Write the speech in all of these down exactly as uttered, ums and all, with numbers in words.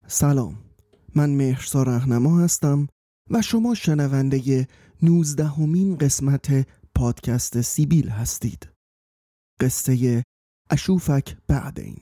سلام، من مهرسا رهنما هستم و شما شنونده نوزدهمین قسمت پادکست سیبیل هستید. قصه اشوفک بعدین.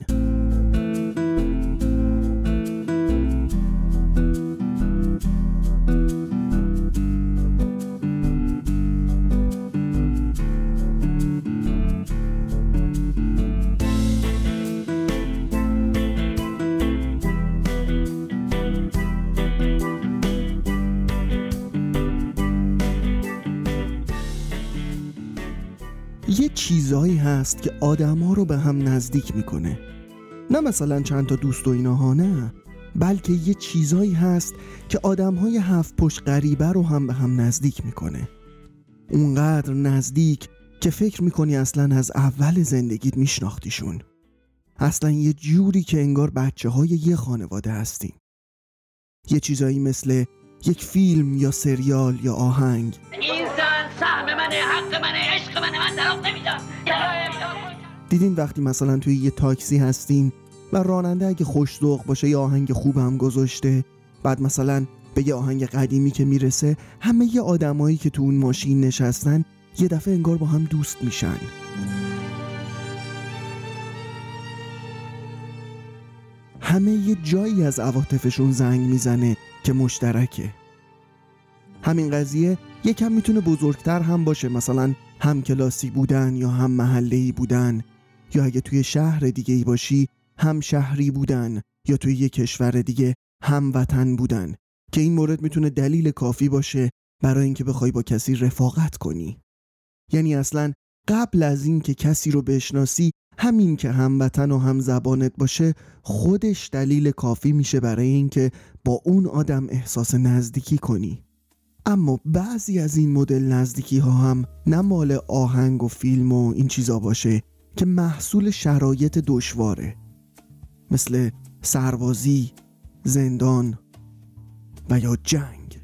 یه چیزایی هست که آدم‌ها رو به هم نزدیک میکنه. نه مثلا چند تا دوست و ایناها، نه، بلکه یه چیزایی هست که آدم‌های هفت پشت غریبه رو هم به هم نزدیک میکنه. اونقدر نزدیک که فکر میکنی اصلا از اول زندگیت میشناختیشون. اصلا یه جوری که انگار بچه های یه خانواده هستیم. یه چیزایی مثل یک فیلم یا سریال یا آهنگ. این زن سهم منه، حق منه، عشق منه، من طلاق نمیدم. دیدین وقتی مثلا توی یه تاکسی هستین و راننده اگه خوش‌ذوق باشه یه آهنگ خوب هم گذاشته، بعد مثلا به یه آهنگ قدیمی که میرسه همه یه آدمایی که تو اون ماشین نشستن یه دفعه انگار با هم دوست میشن. همه یه جایی از عواطفشون زنگ میزنه که مشترکه. همین قضیه یکم میتونه بزرگتر هم باشه، مثلا هم کلاسی بودن یا هم محله‌ای بودن، یا اگه توی شهر دیگه ای باشی هم شهری بودن، یا توی یه کشور دیگه هم وطن بودن، که این مورد میتونه دلیل کافی باشه برای اینکه بخوای با کسی رفاقت کنی. یعنی اصلا قبل از این که کسی رو بشناسی، همین که هم وطن و هم زبانت باشه خودش دلیل کافی میشه برای اینکه با اون آدم احساس نزدیکی کنی. اما بعضی از این مدل نزدیکی ها هم نه مال آهنگ و فیلم و این چیزا باشه که محصول شرایط دشواره، مثل سربازی، زندان و یا جنگ.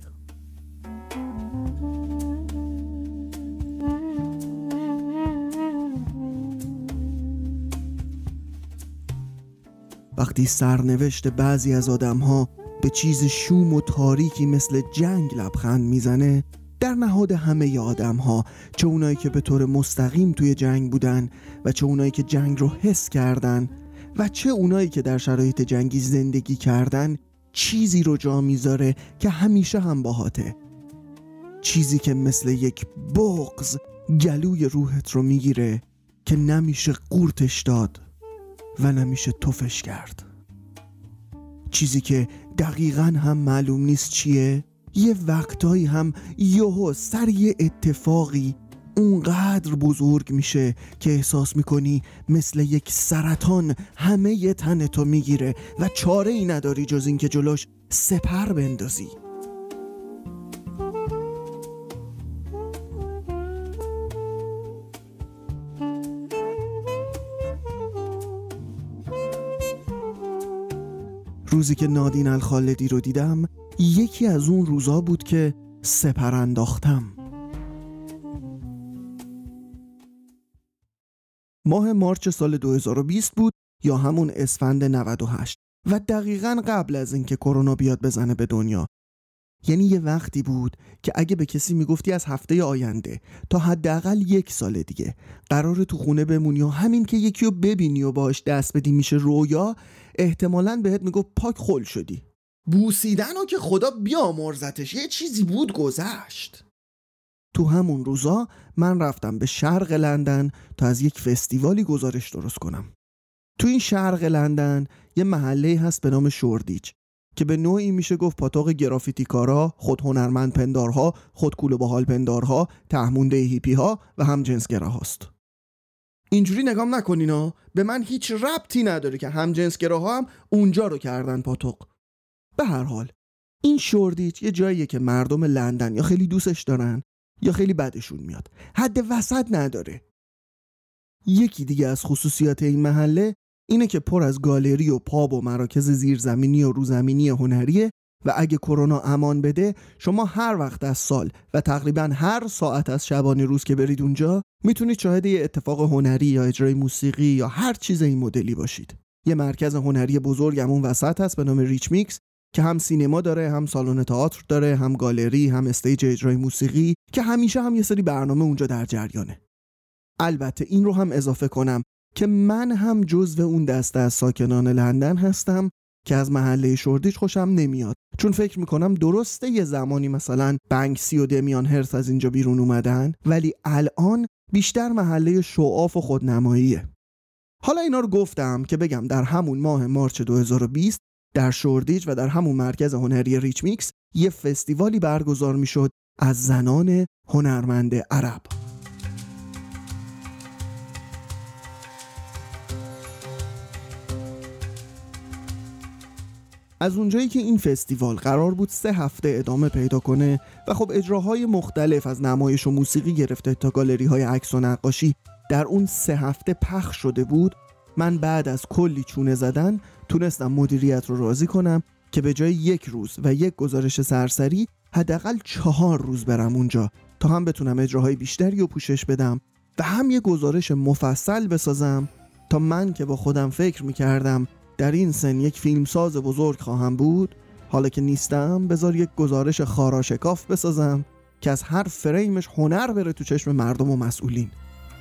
وقتی سرنوشت بعضی از آدم ها به چیز شوم و تاریکی مثل جنگ لبخند میزنه، در نهاد همه آدم ها، چه اونایی که به طور مستقیم توی جنگ بودن و چه اونایی که جنگ رو حس کردن و چه اونایی که در شرایط جنگی زندگی کردن، چیزی رو جا میذاره که همیشه هم باهاته. چیزی که مثل یک بغض گلوی روحت رو میگیره که نمیشه قورتش داد و نمیشه تفش کرد. چیزی که دقیقاً هم معلوم نیست چیه، یه وقتایی هم یهو سر یه اتفاقی اونقدر بزرگ میشه که احساس میکنی مثل یک سرطان همه ی تنتو میگیره و چاره ای نداری جز این که جلوش سپر بندازی. روزی که نادین الخالدی رو دیدم یکی از اون روزا بود که سپر انداختم. ماه مارچ سال دو هزار و بیست بود، یا همون اسفند نود و هشت، و دقیقاً قبل از اینکه کرونا بیاد بزنه به دنیا. یعنی یه وقتی بود که اگه به کسی میگفتی از هفته آینده تا حداقل یک سال دیگه قراره تو خونه بمونی و همین که یکی رو ببینی و باش دست بدی میشه رویا، احتمالاً بهت میگفت پاک خل شدی. بوسیدن و که خدا بیامرزتش، یه چیزی بود گذشت. تو همون روزا من رفتم به شرق لندن تا از یک فستیوالی گزارش درست کنم. تو این شرق لندن یه محله هست به نام شوردیچ که به نوعی میشه گفت پاتوق گرافیتی کارا، خود هنرمند پندارها، خود کوله باحال پندارها، تهمونده هیپی ها و هم جنسگرا هاست. اینجوری نگام نکنینا، به من هیچ ربطی نداره که هم جنسگراها هم اونجا رو کردن پاتوق. به هر حال این شوردیچ یه جاییه که مردم لندن یا خیلی دوستش دارن یا خیلی بدشون میاد، حد وسط نداره. یکی دیگه از خصوصیات این محله اینه که پر از گالری و پاب و مراکز زیرزمینی و روزمینی هنریه و اگه کرونا امان بده شما هر وقت از سال و تقریبا هر ساعت از شبانه روز که برید اونجا میتونید شاهد یه اتفاق هنری یا اجرای موسیقی یا هر چیز این مدلی باشید. یه مرکز هنری بزرگم اون وسط هست به نام ریچ میکس که هم سینما داره، هم سالن تئاتر داره، هم گالری، هم استیج اجرای موسیقی که همیشه هم یه سری برنامه اونجا در جریانه. البته این رو هم اضافه کنم که من هم جزو اون دسته از ساکنان لندن هستم که از محله شوردیچ خوشم نمیاد، چون فکر میکنم درسته یه زمانی مثلا بنکسی و دمیان هرت از اینجا بیرون اومدن، ولی الان بیشتر محله شعاف و خودنماییه. حالا اینا رو گفتم که بگم در همون ماه مارچ دو هزار و بیست در شوردیچ و در همون مرکز هنری ریچ میکس یه فستیوالی برگزار میشد از زنان هنرمند عرب. از اونجایی که این فستیوال قرار بود سه هفته ادامه پیدا کنه و خب اجراهای مختلف از نمایش و موسیقی گرفته تا گالری های عکس و نقاشی در اون سه هفته پخش شده بود، من بعد از کلی چونه زدن تونستم مدیریت رو راضی کنم که به جای یک روز و یک گزارش سرسری حداقل چهار روز برم اونجا تا هم بتونم اجراهای بیشتری رو پوشش بدم و هم یک گزارش مفصل بسازم تا من که با خودم فکر میکردم در این سن یک فیلمساز بزرگ خواهم بود، حالا که نیستم بذار یک گزارش خاراشکاف بسازم که از هر فریمش هنر بره تو چشم مردم و مسئولین.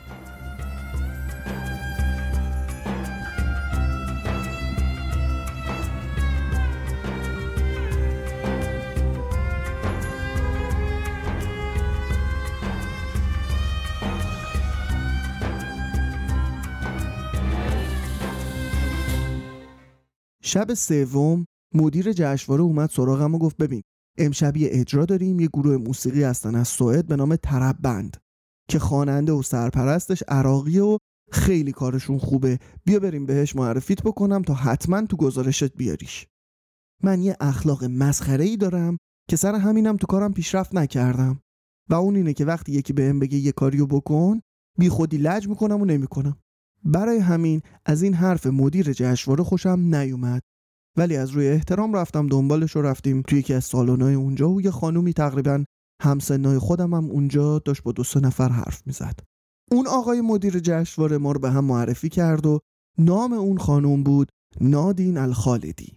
شب سوم مدیر جشنواره اومد سراغم و گفت ببین امشب یه اجرا داریم، یه گروه موسیقی هستن از سوئد به نام طرب بند که خواننده و سرپرستش عراقی و خیلی کارشون خوبه، بیا بریم بهش معرفیت بکنم تا حتما تو گزارشت بیاریش. من یه اخلاق مسخره‌ای دارم که سر همینم تو کارم پیشرفت نکردم و اون اینه که وقتی یکی بهم بگه یه کاریو بکن بی خودی لج میکنم و نمیکنم. برای همین از این حرف مدیر جشنواره خوشم نیومد، ولی از روی احترام رفتم دنبالش و رفتیم توی یکی از سالن‌های اونجا و یه خانومی تقریبا همسنای خودم هم اونجا داشت با دو سه نفر حرف میزد. اون آقای مدیر جشنواره ما رو به هم معرفی کرد و نام اون خانوم بود نادین الخالدی.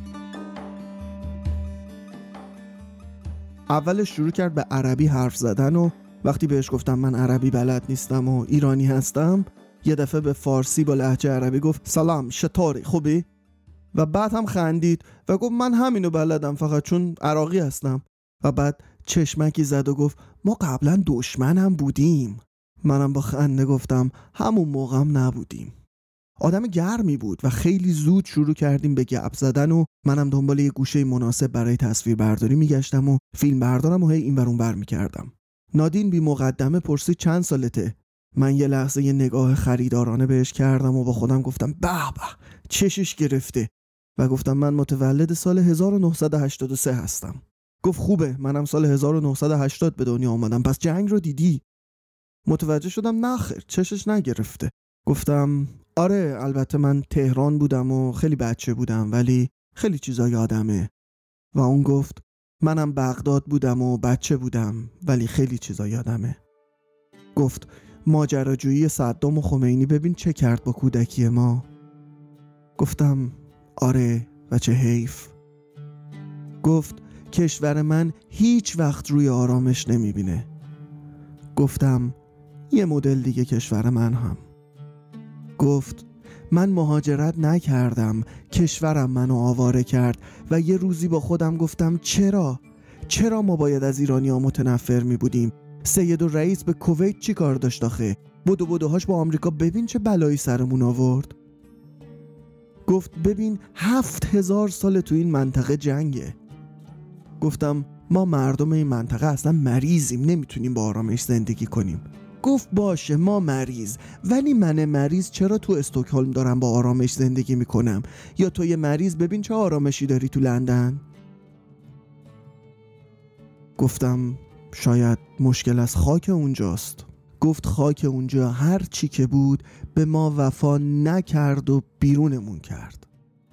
اولش شروع کرد به عربی حرف زدن و وقتی بهش گفتم من عربی بلد نیستم و ایرانی هستم، یه دفعه به فارسی با لهجه عربی گفت سلام چطوری خوبی؟ و بعد هم خندید و گفت من همینو بلدم فقط چون عراقی هستم. و بعد چشمکی زد و گفت ما قبلا دشمن هم بودیم. منم با خنده گفتم همون موقع هم نبودیم. آدم گرمی بود و خیلی زود شروع کردیم به گپ زدن و منم دنبال یه گوشه مناسب برای تصویر برداری میگشتم و فیلم بردارم و هی این ور اون ور میکردم. نادین بی مقدمه پرسید چند سالته؟ من یه لحظه یه نگاه خریدارانه بهش کردم و با خودم گفتم به به چشش گرفته و گفتم من متولد سال هزار و نهصد و هشتاد و سه هستم. گفت خوبه منم سال هزار و نهصد و هشتاد به دنیا آمدم، پس جنگ رو دیدی؟ متوجه شدم نه خیر چشش نگرفته. گفتم آره البته من تهران بودم و خیلی بچه بودم ولی خیلی چیزا یادمه. و اون گفت منم بغداد بودم و بچه بودم ولی خیلی چیزا یادمه. گفت ماجراجویی صدام و خمینی ببین چه کرد با کودکی ما. گفتم آره و چه حیف. گفت کشور من هیچ وقت روی آرامش نمیبینه. گفتم یه مدل دیگه کشور من هم. گفت من مهاجرت نکردم، کشورم منو آواره کرد و یه روزی با خودم گفتم چرا؟ چرا ما باید از ایرانی ها متنفر می بودیم؟ سید و رئیس به کویت چی کار داشت آخه؟ بدو بدوهاش با آمریکا ببین چه بلایی سرمون آورد. گفت ببین هفت هزار سال تو این منطقه جنگه. گفتم ما مردم این منطقه اصلا مریضیم، نمیتونیم با آرامش زندگی کنیم. گفت باشه ما مریض، ولی من مریض چرا تو استکهلم دارم با آرامش زندگی میکنم؟ یا تو یه مریض ببین چه آرامشی داری تو لندن؟ گفتم شاید مشکل از خاک اونجاست. گفت خاک اونجا هر چی که بود به ما وفا نکرد و بیرونمون کرد.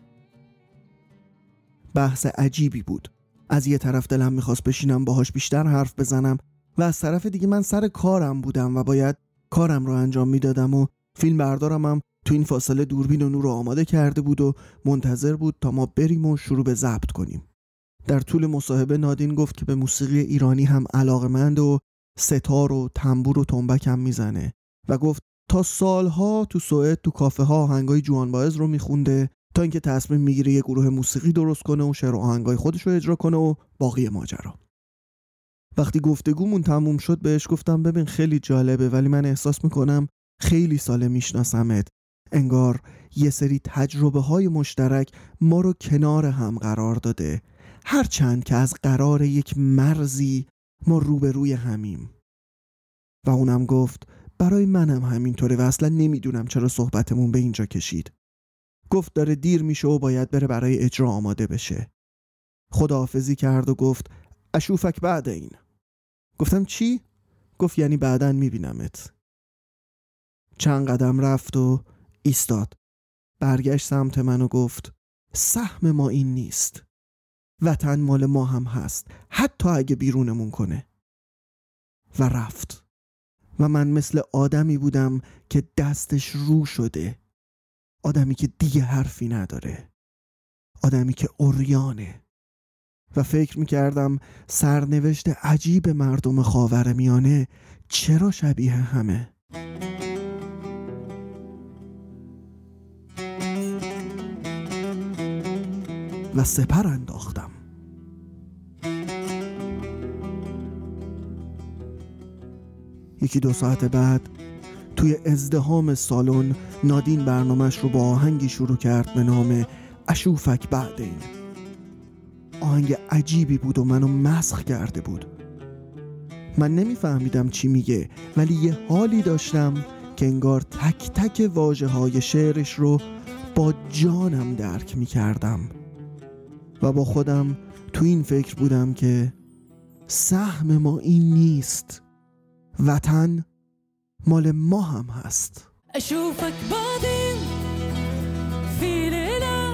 بحث عجیبی بود. از یه طرف دلم میخواست بشینم باهاش بیشتر حرف بزنم و از طرف دیگه من سر کارم بودم و باید کارم رو انجام میدادم و فیلم بردارم هم تو این فاصله دوربین و نور رو آماده کرده بود و منتظر بود تا ما بریم و شروع به ضبط کنیم. در طول مصاحبه نادین گفت که به موسیقی ایرانی هم علاقه‌مند و ستار و تنبور و تنبک هم میزنه و گفت تا سالها تو سوئد تو کافه ها آهنگای جوان باعث رو میخونده تا اینکه تصمیم میگیره یه گروه موسیقی درست کنه و شعر و آهنگای خودش رو اجرا کنه و باقی ماجرا. وقتی گفتگومون تموم شد بهش گفتم ببین خیلی جالبه، ولی من احساس میکنم خیلی ساله میشناسمت، انگار یه سری تجربه های مشترک ما رو کنار هم قرار داده، هرچند که از قرار یک مرزی ما روبروی همیم. و اونم گفت برای منم همینطوره و اصلا نمیدونم چرا صحبتمون به اینجا کشید. گفت داره دیر میشه و باید بره برای اجرا آماده بشه. خداحافظی کرد و گفت اشوفک بعد این. گفتم چی؟ گفت یعنی بعداً میبینمت. چند قدم رفت و ایستاد. برگشت سمت من و گفت سهم ما این نیست. وطن مال ما هم هست، حتی اگه بیرونمون کنه. و رفت. و من مثل آدمی بودم که دستش رو شده، آدمی که دیگه حرفی نداره، آدمی که عریانه. و فکر میکردم سرنوشت عجیب مردم خاورمیانه چرا شبیه همه؟ و سپر انداختم. یکی دو ساعت بعد توی ازدحام سالن نادین برنامهش رو با آهنگی شروع کرد به نام اشوفک بعد این. آهنگ عجیبی بود و منو مسخ کرده بود. من نمیفهمیدم چی میگه، ولی یه حالی داشتم که انگار تک تک واژه های شعرش رو با جانم درک میکردم و با خودم تو این فکر بودم که سهم ما این نیست، وطن مال ما هم هست. اشوفك بعدين في ليلة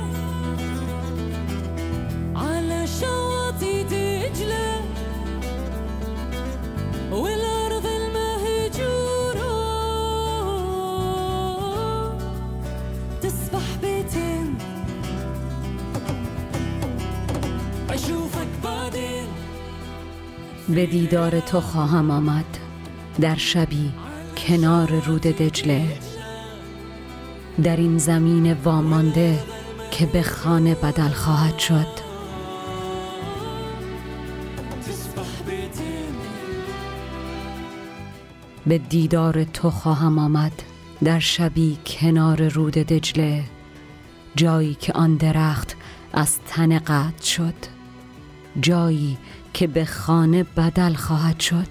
على شواطئ دجلة والأرض المهجورة تسبح بيتين. اشوفك بعدين به دیدار تو خواهم آمد در شبی کنار رود دجله، در این زمین وامانده که به خانه بدل خواهد شد. به دیدار تو خواهم آمد در شبی کنار رود دجله، جایی که آن درخت از تن قطع شد، جایی که به خانه بدل خواهد شد.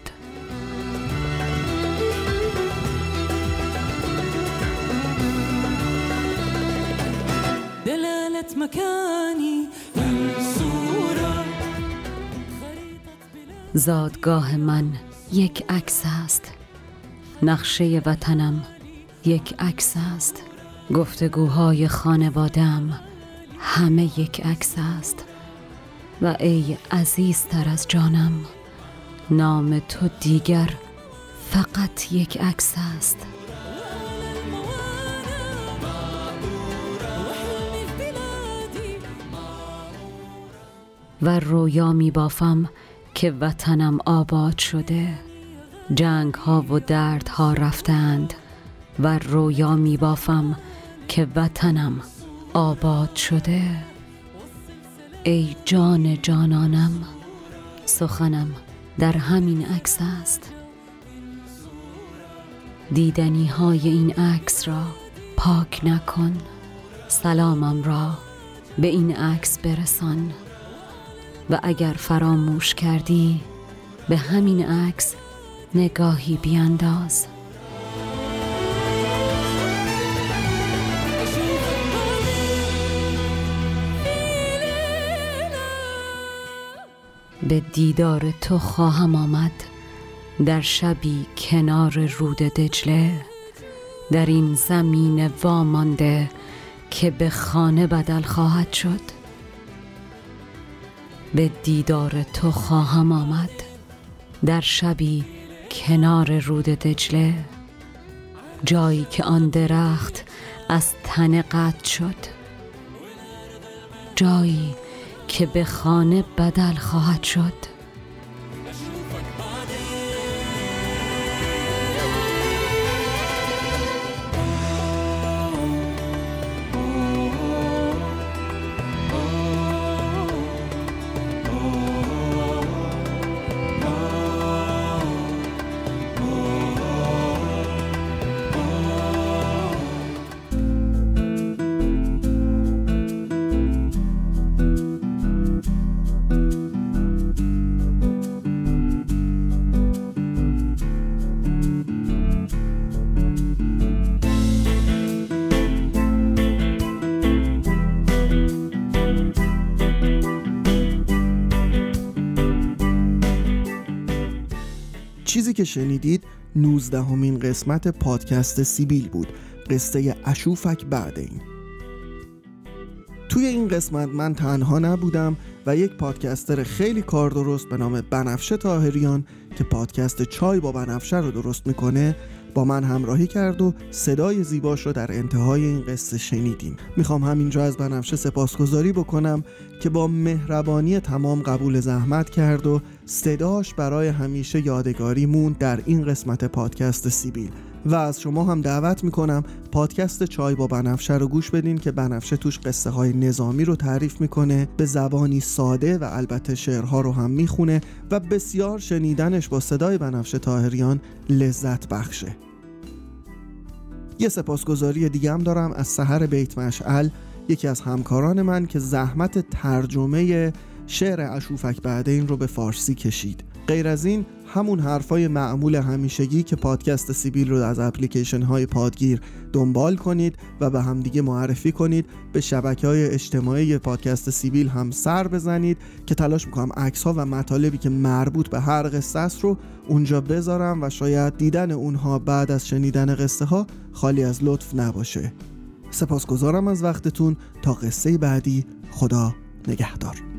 زادگاه من یک عکس است، نقشه وطنم یک عکس است، گفتگوهای خانواده‌ام همه یک عکس است. و ای عزیزتر از جانم، نام تو دیگر فقط یک عکس است. و رویا می بافم که وطنم آباد شده، جنگ ها و درد ها رفتند. و رویا می بافم که وطنم آباد شده. ای جان جانانم، سخنم در همین عکس است. دیدنی های این عکس را پاک نکن، سلامم را به این عکس برسان. و اگر فراموش کردی به همین عکس نگاهی بیانداز. به دیدار تو خواهم آمد در شبی کنار رود دجله، در این زمین وامانده که به خانه بدل خواهد شد. به دیدار تو خواهم آمد در شبی کنار رود دجله، جایی که آن درخت از تن قطع شد، جایی که به خانه بدل خواهد شد. چیزی که شنیدید نوزدهمین قسمت پادکست سیبیل بود، قصه اشوفک بعدین. توی این قسمت من تنها نبودم و یک پادکستر خیلی کار درست به نام بنفشه طاهریان که پادکست چای با بنفشه رو درست میکنه با من همراهی کرد و صدای زیباش رو در انتهای این قصه شنیدیم. میخوام همینجا از بنفشه سپاسگزاری بکنم که با مهربانی تمام قبول زحمت کرد و صداش برای همیشه یادگاری موند در این قسمت پادکست سیبیل. و از شما هم دعوت میکنم پادکست چای با بنفشه رو گوش بدین که بنفشه توش قصه های نظامی رو تعریف میکنه به زبانی ساده و البته شعرها رو هم میخونه و بسیار شنیدنش با صدای بنفشه طاهریان لذت بخشه. یه سپاسگزاری دیگه هم دارم از سحر بیت مشعل، یکی از همکاران من که زحمت ترجمه شعر اشوفک بعدین رو به فارسی کشید. غیر از این همون حرفای معمول همیشگی که پادکست سیبیل رو از اپلیکیشن های پادگیر دنبال کنید و به همدیگه معرفی کنید، به شبکه‌های اجتماعی پادکست سیبیل هم سر بزنید که تلاش میکنم عکس ها و مطالبی که مربوط به هر قصه است رو اونجا بذارم و شاید دیدن اونها بعد از شنیدن قصه ها خالی از لطف نباشه. سپاسگزارم از وقتتون. تا قصه بعدی، خدا نگهدار.